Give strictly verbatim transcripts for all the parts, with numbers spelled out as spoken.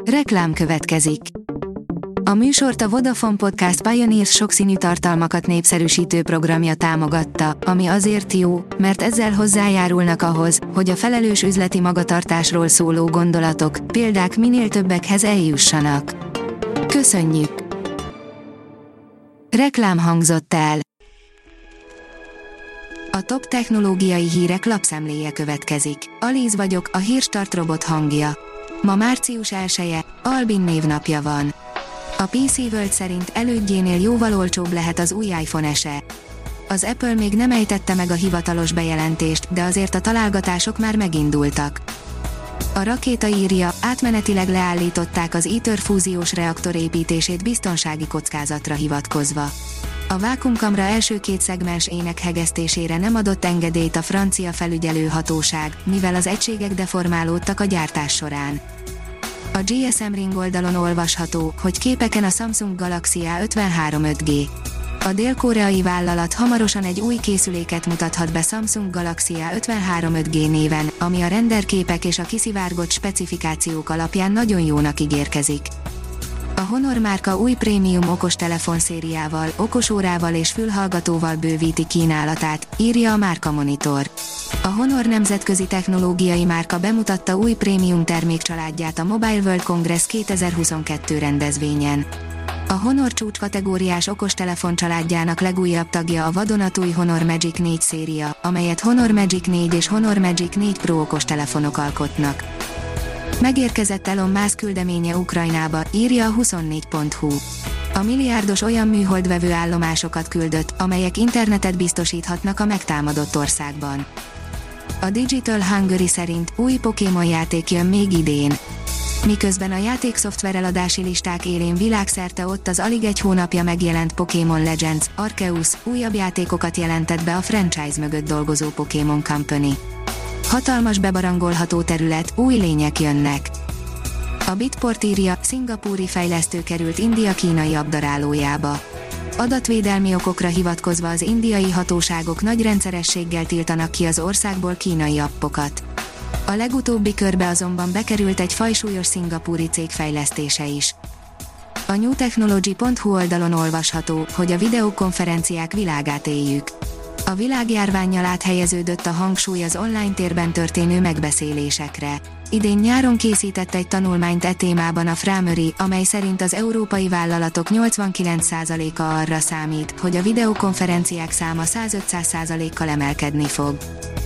Reklám következik. A műsort a Vodafone Podcast Pioneers sokszínű tartalmakat népszerűsítő programja támogatta, ami azért jó, mert ezzel hozzájárulnak ahhoz, hogy a felelős üzleti magatartásról szóló gondolatok, példák minél többekhez eljussanak. Köszönjük! Reklám hangzott el. A top technológiai hírek lapszemléje következik. Alíz vagyok, a Hírstart robot hangja. Ma március elseje, Albin névnapja van. A pé cé World szerint elődjénél jóval olcsóbb lehet az új iPhone es e. Az Apple még nem ejtette meg a hivatalos bejelentést, de azért a találgatások már megindultak. A rakéta írja, átmenetileg leállították az ITER fúziós reaktor építését biztonsági kockázatra hivatkozva. A vákuumkamra első két szegmens énekhegesztésére nem adott engedélyt a francia felügyelőhatóság, mivel az egységek deformálódtak a gyártás során. A gé es em Ring oldalon olvasható, hogy képeken a Samsung Galaxy á ötvenhárom öt G. A dél-koreai vállalat hamarosan egy új készüléket mutathat be Samsung Galaxy á ötvenhárom öt G néven, ami a renderképek és a kiszivárgott specifikációk alapján nagyon jónak ígérkezik. A Honor márka új prémium okostelefon szériával, okosórával és fülhallgatóval bővíti kínálatát, írja a Márka Monitor. A Honor nemzetközi technológiai márka bemutatta új prémium termékcsaládját a Mobile World Congress kétezer-huszonkettő rendezvényen. A Honor csúcskategóriás okostelefon családjának legújabb tagja a vadonatúj Honor Magic négy széria, amelyet Honor Magic négy és Honor Magic négy Pro okostelefonok alkotnak. Megérkezett Elon Musk küldeménye Ukrajnába, írja a huszonnégy pont hu. A milliárdos olyan műholdvevő állomásokat küldött, amelyek internetet biztosíthatnak a megtámadott országban. A Digital Hungary szerint új Pokémon játék jön még idén. Miközben a játékszoftver eladási listák élén világszerte ott az alig egy hónapja megjelent Pokémon Legends, Arceus újabb játékokat jelentett be a franchise mögött dolgozó Pokémon Company. Hatalmas bebarangolható terület, új lények jönnek. A Bitport írja, szingapúri fejlesztő került India kínai abdarálójába. Adatvédelmi okokra hivatkozva az indiai hatóságok nagy rendszerességgel tiltanak ki az országból kínai appokat. A legutóbbi körbe azonban bekerült egy fajsúlyos szingapúri cég fejlesztése is. A new technology pont hu oldalon olvasható, hogy a videokonferenciák világát éljük. A világjárvánnyal áthelyeződött a hangsúly az online térben történő megbeszélésekre. Idén nyáron készített egy tanulmányt e témában a Framery, amely szerint az európai vállalatok nyolcvankilenc százaléka arra számít, hogy a videokonferenciák száma száz-ötszáz százalékkal emelkedni fog.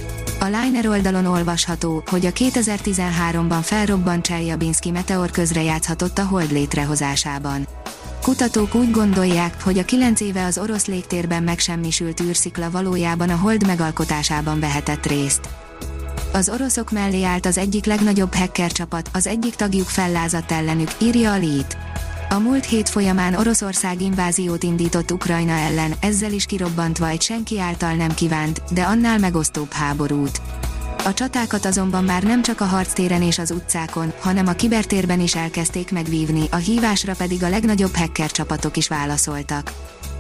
A Liner oldalon olvasható, hogy a kétezer-tizenháromban felrobbant Cseljabinszki meteor közrejátszhatott a Hold létrehozásában. Kutatók úgy gondolják, hogy a kilenc éve az orosz légtérben megsemmisült űrszikla valójában a Hold megalkotásában vehetett részt. Az oroszok mellé állt az egyik legnagyobb hacker csapat, az egyik tagjuk fellázadt ellenük, írja a Lét. A múlt hét folyamán Oroszország inváziót indított Ukrajna ellen, ezzel is kirobbantva egy senki által nem kívánt, de annál megosztóbb háborút. A csatákat azonban már nem csak a harctéren és az utcákon, hanem a kibertérben is elkezdték megvívni, a hívásra pedig a legnagyobb hacker csapatok is válaszoltak.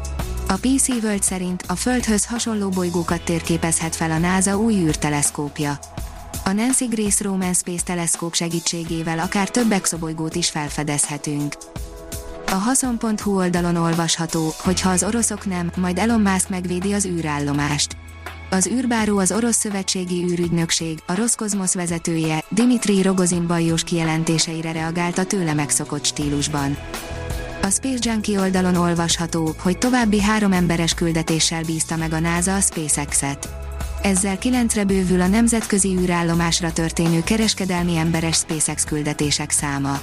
A pé cé World szerint a Földhöz hasonló bolygókat térképezhet fel a NASA új űrteleszkópja. A Nancy Grace Roman Space Telescope segítségével akár több exobolygót is felfedezhetünk. A haszon pont hu oldalon olvasható, hogy ha az oroszok nem, majd Elon Musk megvédi az űrállomást. Az űrbáró az orosz szövetségi űrügynökség, a Roszkozmosz vezetője, Dmitri Rogozin bajós kijelentéseire reagált a tőle megszokott stílusban. A Space Junkie oldalon olvasható, hogy további három emberes küldetéssel bízta meg a NASA a SpaceX-et. Ezzel kilencre bővül a nemzetközi űrállomásra történő kereskedelmi emberes SpaceX küldetések száma.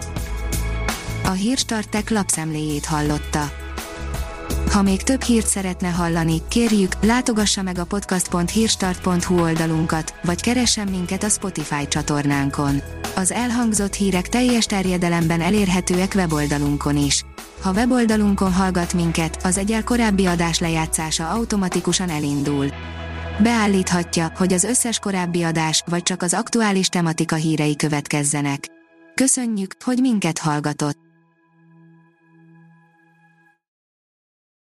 A Hírstart Tech lapszemléjét hallotta. Ha még több hírt szeretne hallani, kérjük, látogassa meg a podcast pont hírstart pont hu oldalunkat, vagy keressen minket a Spotify csatornánkon. Az elhangzott hírek teljes terjedelemben elérhetőek weboldalunkon is. Ha weboldalunkon hallgat minket, az egyel korábbi adás lejátszása automatikusan elindul. Beállíthatja, hogy az összes korábbi adás, vagy csak az aktuális tematika hírei következzenek. Köszönjük, hogy minket hallgatott!